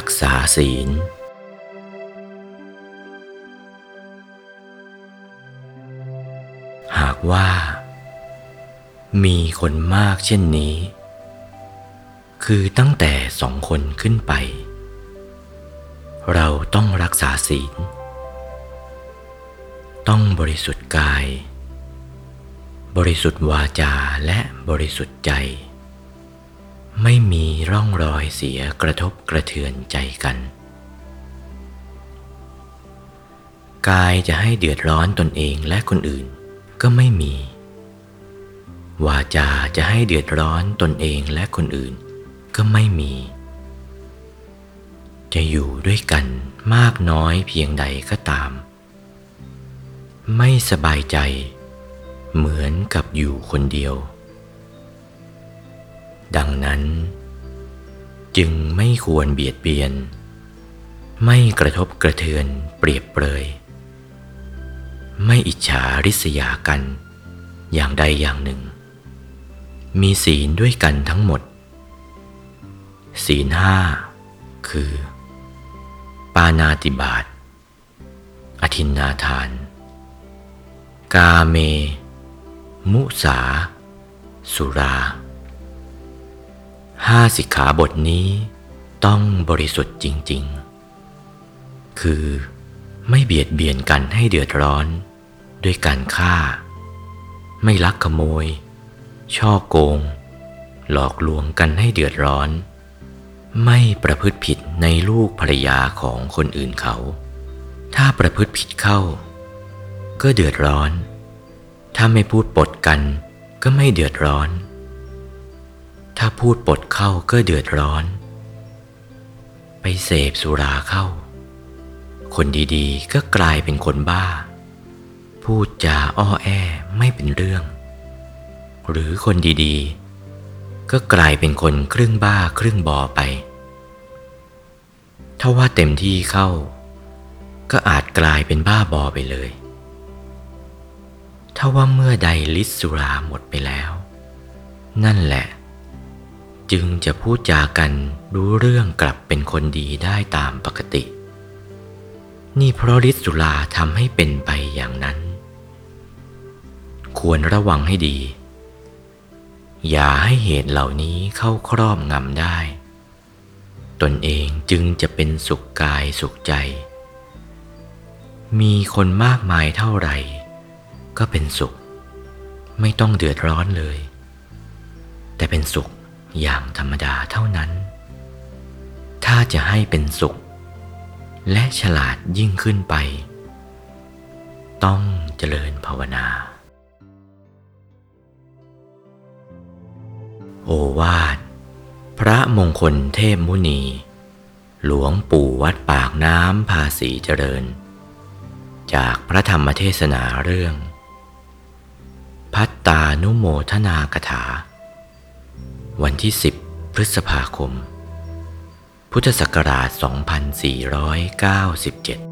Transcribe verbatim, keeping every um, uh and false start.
กษาศีลหากว่ามีคนมากเช่นนี้คือตั้งแต่สองคนขึ้นไปเราต้องรักษาศีลต้องบริสุทธิ์กายบริสุทธิ์วาจาและบริสุทธิ์ใจไม่มีร่องรอยเสียกระทบกระเทือนใจกันกายจะให้เดือดร้อนตนเองและคนอื่นก็ไม่มีวาจาจะให้เดือดร้อนตนเองและคนอื่นก็ไม่มีจะอยู่ด้วยกันมากน้อยเพียงใดก็ตามไม่สบายใจเหมือนกับอยู่คนเดียวดังนั้นจึงไม่ควรเบียดเบียนไม่กระทบกระเทือนเปรียบเปรยไม่อิจฉาริษยากันอย่างใดอย่างหนึ่งมีศีลด้วยกันทั้งหมดศีลห้าคือปาณาติบาตอทินนาทานกาเมมุสาสุราห้าสิกขาบทนี้ต้องบริสุทธิ์จริงๆคือไม่เบียดเบียนกันให้เดือดร้อนด้วยการฆ่าไม่ลักขโมยช่อโกงหลอกลวงกันให้เดือดร้อนไม่ประพฤติผิดในลูกภรรยาของคนอื่นเขาถ้าประพฤติผิดเข้าก็เดือดร้อนถ้าไม่พูดปดกันก็ไม่เดือดร้อนถ้าพูดปดเข้าก็เดือดร้อนไปเสพสุราเข้าคนดีๆก็กลายเป็นคนบ้าพูดจาอ้อแอไม่เป็นเรื่องหรือคนดีๆก็กลายเป็นคนครึ่งบ้าครึ่งบอไปถ้าว่าเต็มที่เข้าก็อาจกลายเป็นบ้าบอไปเลยถ้าว่าเมื่อใดฤทธิ์สุราหมดไปแล้วนั่นแหละจึงจะพูดจากันรู้เรื่องกลับเป็นคนดีได้ตามปกตินี่เพราะฤทธิ์สุราทำให้เป็นไปอย่างนั้นควรระวังให้ดีอย่าให้เหตุเหล่านี้เข้าครอบงำได้ตนเองจึงจะเป็นสุขกายสุขใจมีคนมากมายเท่าไหร่ก็เป็นสุขไม่ต้องเดือดร้อนเลยแต่เป็นสุขอย่างธรรมดาเท่านั้นถ้าจะให้เป็นสุขและฉลาดยิ่งขึ้นไปต้องเจริญภาวนาโอวาทพระมงคลเทพมุนีหลวงปู่วัดปากน้ำภาษีเจริญจากพระธรรมเทศนาเรื่องพัตตานุโมทนากถาวันที่สิบพฤษภาคมพุทธศักราชสองพันสี่ร้อยเก้าสิบเจ็ด